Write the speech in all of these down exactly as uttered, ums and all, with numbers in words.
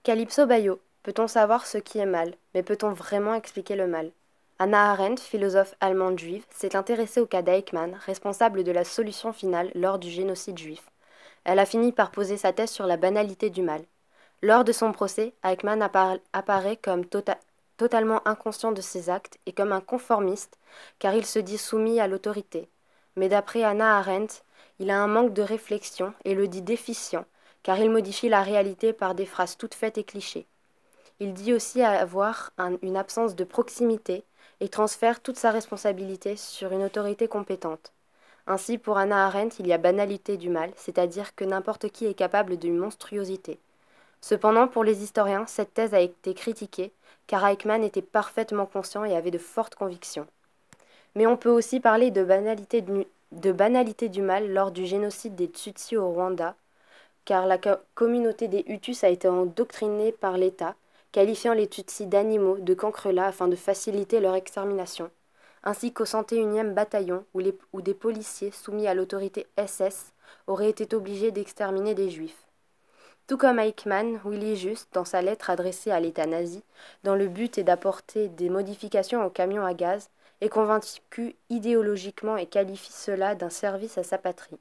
Calypso Bayo, peut-on savoir ce qui est mal, mais peut-on vraiment expliquer le mal? Hannah Arendt, philosophe allemande juive, s'est intéressée au cas d'Eichmann, responsable de la solution finale lors du génocide juif. Elle a fini par poser sa thèse sur la banalité du mal. Lors de son procès, Eichmann appara- apparaît comme tota- totalement inconscient de ses actes et comme un conformiste, car il se dit soumis à l'autorité. Mais d'après Hannah Arendt, il a un manque de réflexion et le dit déficient, car il modifie la réalité par des phrases toutes faites et clichés. Il dit aussi avoir un- une absence de proximité et transfère toute sa responsabilité sur une autorité compétente. Ainsi, pour Hannah Arendt, il y a banalité du mal, c'est-à-dire que n'importe qui est capable d'une monstruosité. Cependant, pour les historiens, cette thèse a été critiquée, car Eichmann était parfaitement conscient et avait de fortes convictions. Mais on peut aussi parler de banalité, de, de banalité du mal lors du génocide des Tutsis au Rwanda, car la co- communauté des Hutus a été endoctrinée par l'État, qualifiant les Tutsis d'animaux, de cancrelats afin de faciliter leur extermination, ainsi qu'au cent et unième bataillon où, les- où des policiers soumis à l'autorité S S auraient été obligés d'exterminer des Juifs. Tout comme Eichmann, Willy Just, dans sa lettre adressée à l'État nazi, dont le but est d'apporter des modifications aux camions à gaz, est convaincu idéologiquement et qualifie cela d'un service à sa patrie.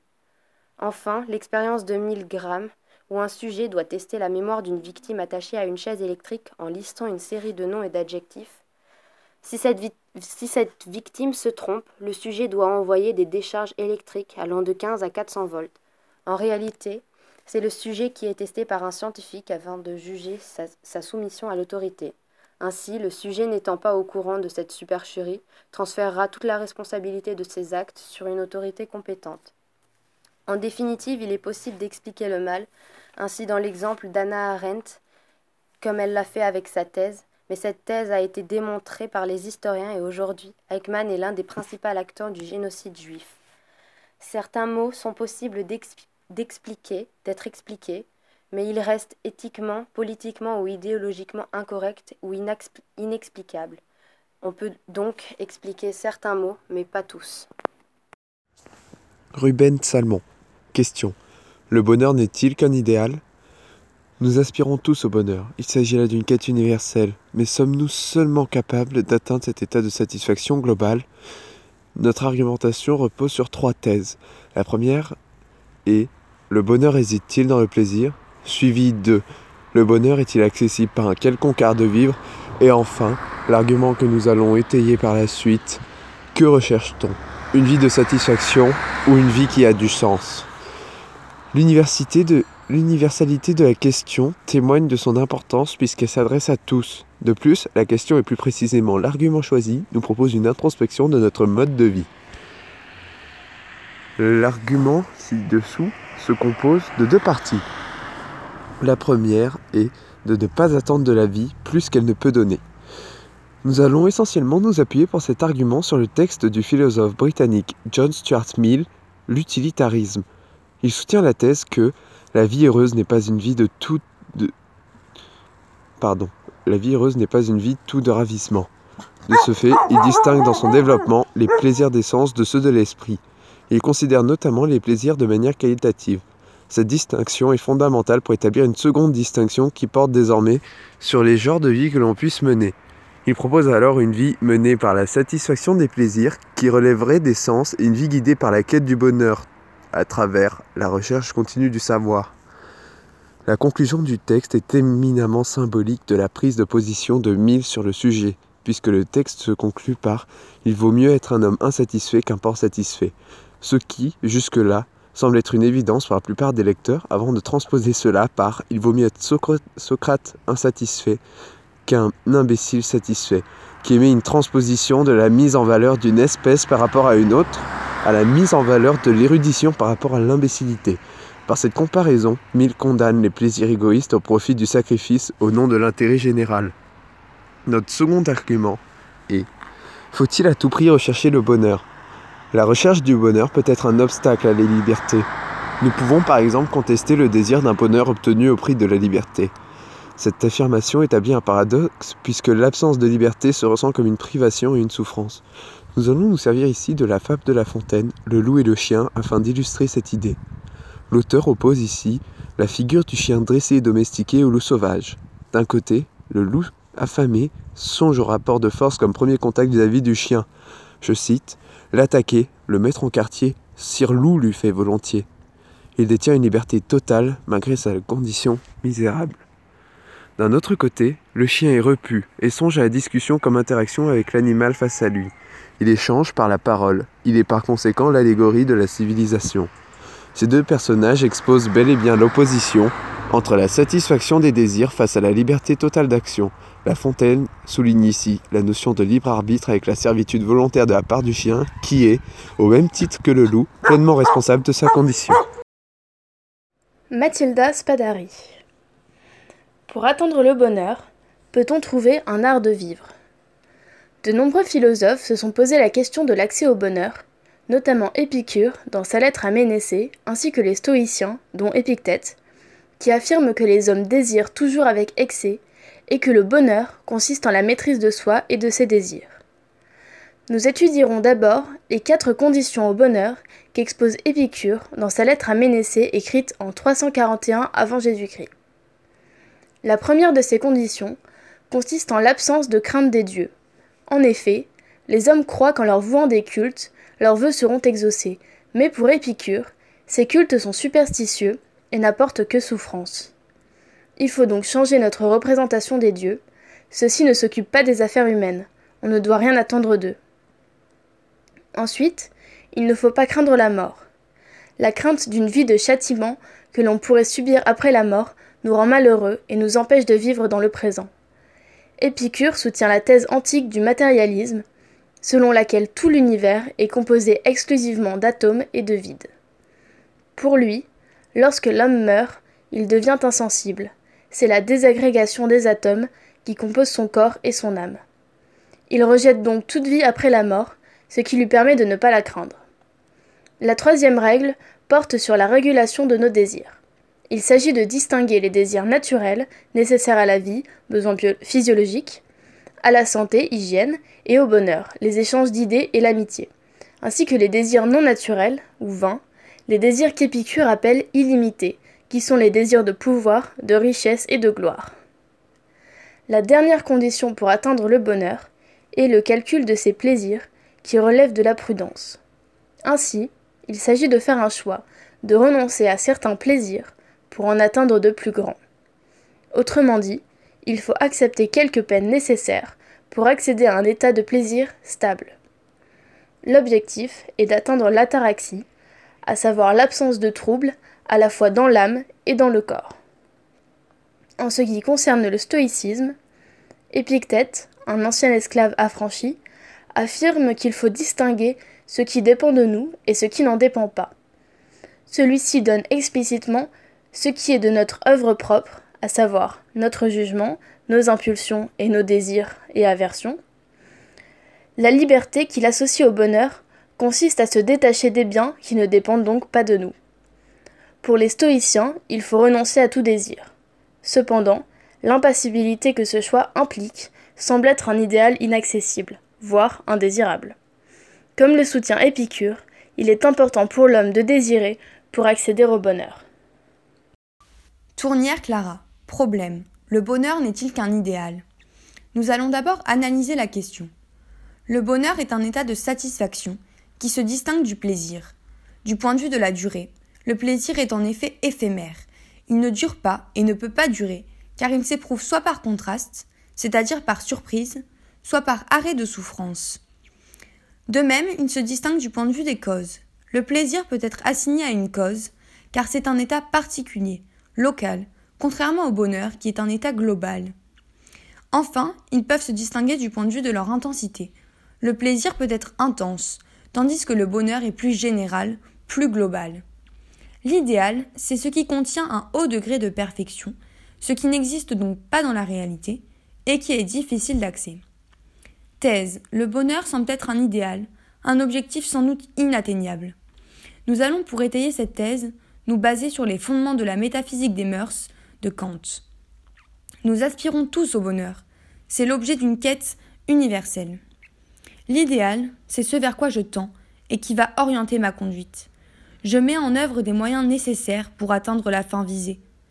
Enfin, l'expérience de Milgram, où un sujet doit tester la mémoire d'une victime attachée à une chaise électrique en listant une série de noms et d'adjectifs. Si cette, vi- si cette victime se trompe, le sujet doit envoyer des décharges électriques allant de quinze à quatre cents volts. En réalité, c'est le sujet qui est testé par un scientifique afin de juger sa, sa soumission à l'autorité. Ainsi, le sujet n'étant pas au courant de cette supercherie, transférera toute la responsabilité de ses actes sur une autorité compétente. En définitive, il est possible d'expliquer le mal, ainsi dans l'exemple d'Hannah Arendt, comme elle l'a fait avec sa thèse, mais cette thèse a été démontrée par les historiens et aujourd'hui, Eichmann est l'un des principaux acteurs du génocide juif. Certains mots sont possibles d'exp- d'expliquer, d'être expliqués, mais ils restent éthiquement, politiquement ou idéologiquement incorrects ou inexpl- inexplicables. On peut donc expliquer certains mots, mais pas tous. Ruben Salmon. Question. Le bonheur n'est-il qu'un idéal? Nous aspirons tous au bonheur. Il s'agit là d'une quête universelle. Mais sommes-nous seulement capables d'atteindre cet état de satisfaction globale? Notre argumentation repose sur trois thèses. La première est: le bonheur réside-t-il dans le plaisir? Suivi de: le bonheur est-il accessible par un quelconque art de vivre? Et enfin, l'argument que nous allons étayer par la suite: que recherche-t-on? Une vie de satisfaction ou une vie qui a du sens? L'université de, l'universalité de la question témoigne de son importance puisqu'elle s'adresse à tous. De plus, la question et plus précisément l'argument choisi nous propose une introspection de notre mode de vie. L'argument ci-dessous se compose de deux parties. La première est de ne pas attendre de la vie plus qu'elle ne peut donner. Nous allons essentiellement nous appuyer pour cet argument sur le texte du philosophe britannique John Stuart Mill, L'utilitarisme. Il soutient la thèse que la vie heureuse n'est pas une vie de tout de pardon, la vie heureuse n'est pas une vie tout de ravissement. De ce fait, il distingue dans son développement les plaisirs des sens de ceux de l'esprit. Il considère notamment les plaisirs de manière qualitative. Cette distinction est fondamentale pour établir une seconde distinction qui porte désormais sur les genres de vie que l'on puisse mener. Il propose alors une vie menée par la satisfaction des plaisirs qui relèverait des sens et une vie guidée par la quête du bonheur à travers la recherche continue du savoir. La conclusion du texte est éminemment symbolique de la prise de position de Mill sur le sujet, puisque le texte se conclut par « Il vaut mieux être un homme insatisfait qu'un porc satisfait », ce qui, jusque-là, semble être une évidence pour la plupart des lecteurs avant de transposer cela par « Il vaut mieux être Socrate, Socrate insatisfait qu'un imbécile satisfait », qui émet une transposition de la mise en valeur d'une espèce par rapport à une autre, à la mise en valeur de l'érudition par rapport à l'imbécilité. Par cette comparaison, Mill condamne les plaisirs égoïstes au profit du sacrifice au nom de l'intérêt général. Notre second argument est: faut-il à tout prix rechercher le bonheur? La recherche du bonheur peut être un obstacle à la liberté. Nous pouvons par exemple contester le désir d'un bonheur obtenu au prix de la liberté. Cette affirmation établit un paradoxe puisque l'absence de liberté se ressent comme une privation et une souffrance. Nous allons nous servir ici de la fable de La Fontaine, Le loup et le chien, afin d'illustrer cette idée. L'auteur oppose ici la figure du chien dressé et domestiqué au loup sauvage. D'un côté, le loup affamé songe au rapport de force comme premier contact vis-à-vis du chien. Je cite, « L'attaquer, le mettre en quartier, Sire Loup lui fait volontiers. Il détient une liberté totale malgré sa condition misérable. » D'un autre côté, le chien est repu et songe à la discussion comme interaction avec l'animal face à lui. Il échange par la parole. Il est par conséquent l'allégorie de la civilisation. Ces deux personnages exposent bel et bien l'opposition entre la satisfaction des désirs face à la liberté totale d'action. La Fontaine souligne ici la notion de libre arbitre avec la servitude volontaire de la part du chien qui est, au même titre que le loup, pleinement responsable de sa condition. Mathilda Spadari. Pour atteindre le bonheur, peut-on trouver un art de vivre ? De nombreux philosophes se sont posé la question de l'accès au bonheur, notamment Épicure dans sa lettre à Ménécée, ainsi que les stoïciens, dont Épictète, qui affirment que les hommes désirent toujours avec excès et que le bonheur consiste en la maîtrise de soi et de ses désirs. Nous étudierons d'abord les quatre conditions au bonheur qu'expose Épicure dans sa lettre à Ménécée écrite en trois cent quarante et un avant Jésus-Christ. La première de ces conditions consiste en l'absence de crainte des dieux. En effet, les hommes croient qu'en leur vouant des cultes, leurs vœux seront exaucés, mais pour Épicure, ces cultes sont superstitieux et n'apportent que souffrance. Il faut donc changer notre représentation des dieux. Ceux-ci ne s'occupent pas des affaires humaines, on ne doit rien attendre d'eux. Ensuite, il ne faut pas craindre la mort. La crainte d'une vie de châtiment que l'on pourrait subir après la mort nous rend malheureux et nous empêche de vivre dans le présent. Épicure soutient la thèse antique du matérialisme, selon laquelle tout l'univers est composé exclusivement d'atomes et de vide. Pour lui, lorsque l'homme meurt, il devient insensible. C'est la désagrégation des atomes qui composent son corps et son âme. Il rejette donc toute vie après la mort, ce qui lui permet de ne pas la craindre. La troisième règle porte sur la régulation de nos désirs. Il s'agit de distinguer les désirs naturels, nécessaires à la vie, besoins bio- physiologiques, à la santé, hygiène, et au bonheur, les échanges d'idées et l'amitié, ainsi que les désirs non naturels, ou vains, les désirs qu'Épicure appelle illimités, qui sont les désirs de pouvoir, de richesse et de gloire. La dernière condition pour atteindre le bonheur est le calcul de ses plaisirs, qui relève de la prudence. Ainsi, il s'agit de faire un choix, de renoncer à certains plaisirs pour en atteindre de plus grands. Autrement dit, il faut accepter quelques peines nécessaires pour accéder à un état de plaisir stable. L'objectif est d'atteindre l'ataraxie, à savoir l'absence de troubles à la fois dans l'âme et dans le corps. En ce qui concerne le stoïcisme, Épictète, un ancien esclave affranchi, affirme qu'il faut distinguer ce qui dépend de nous et ce qui n'en dépend pas. Celui-ci donne explicitement ce qui est de notre œuvre propre, à savoir notre jugement, nos impulsions et nos désirs et aversions. La liberté qu'il associe au bonheur consiste à se détacher des biens qui ne dépendent donc pas de nous. Pour les stoïciens, il faut renoncer à tout désir. Cependant, l'impassibilité que ce choix implique semble être un idéal inaccessible, voire indésirable. Comme le soutient Épicure, il est important pour l'homme de désirer pour accéder au bonheur. Tournière Clara. Problème. Le bonheur n'est-il qu'un idéal ? Nous allons d'abord analyser la question. Le bonheur est un état de satisfaction qui se distingue du plaisir. Du point de vue de la durée, le plaisir est en effet éphémère. Il ne dure pas et ne peut pas durer, car il s'éprouve soit par contraste, c'est-à-dire par surprise, soit par arrêt de souffrance. De même, il se distingue du point de vue des causes. Le plaisir peut être assigné à une cause, car c'est un état particulier, local, contrairement au bonheur qui est un état global. Enfin, ils peuvent se distinguer du point de vue de leur intensité. Le plaisir peut être intense, tandis que le bonheur est plus général, plus global. L'idéal, c'est ce qui contient un haut degré de perfection, ce qui n'existe donc pas dans la réalité, et qui est difficile d'accès. Thèse. Le bonheur semble être un idéal, un objectif sans doute inatteignable. Nous allons, pour étayer cette thèse, nous baser sur les fondements de la métaphysique des mœurs de Kant. Nous aspirons tous au bonheur. C'est l'objet d'une quête universelle. L'idéal, c'est ce vers quoi je tends et qui va orienter ma conduite. Je mets en œuvre des moyens nécessaires pour atteindre la fin visée.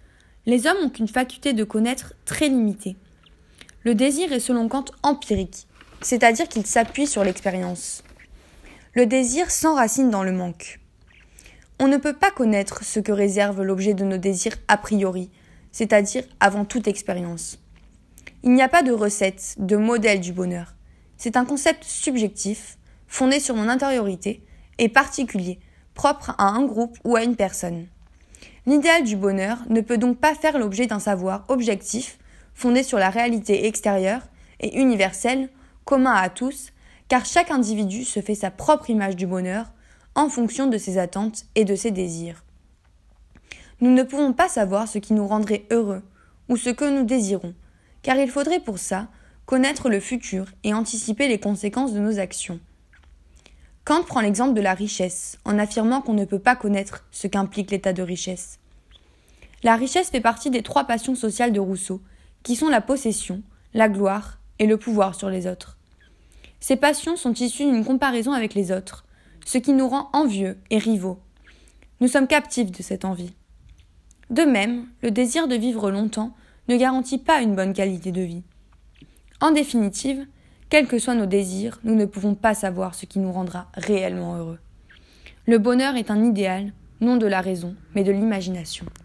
Les hommes ont une faculté de connaître très limitée. Le désir est selon Kant empirique, c'est-à-dire qu'il s'appuie sur l'expérience. Le désir s'enracine dans le manque. On ne peut pas connaître ce que réserve l'objet de nos désirs a priori, c'est-à-dire avant toute expérience. Il n'y a pas de recette, de modèle du bonheur. C'est un concept subjectif, fondé sur mon intériorité, et particulier, propre à un groupe ou à une personne. L'idéal du bonheur ne peut donc pas faire l'objet d'un savoir objectif, fondé sur la réalité extérieure et universelle, commun à tous, car chaque individu se fait sa propre image du bonheur en fonction de ses attentes et de ses désirs. Nous ne pouvons pas savoir ce qui nous rendrait heureux ou ce que nous désirons, car il faudrait pour ça connaître le futur et anticiper les conséquences de nos actions. Kant prend l'exemple de la richesse, en affirmant qu'on ne peut pas connaître ce qu'implique l'état de richesse. La richesse fait partie des trois passions sociales de Rousseau, qui sont la possession, la gloire et le pouvoir sur les autres. Ces passions sont issues d'une comparaison avec les autres, ce qui nous rend envieux et rivaux. Nous sommes captifs de cette envie. De même, le désir de vivre longtemps ne garantit pas une bonne qualité de vie. En définitive, quels que soient nos désirs, nous ne pouvons pas savoir ce qui nous rendra réellement heureux. Le bonheur est un idéal, non de la raison, mais de l'imagination.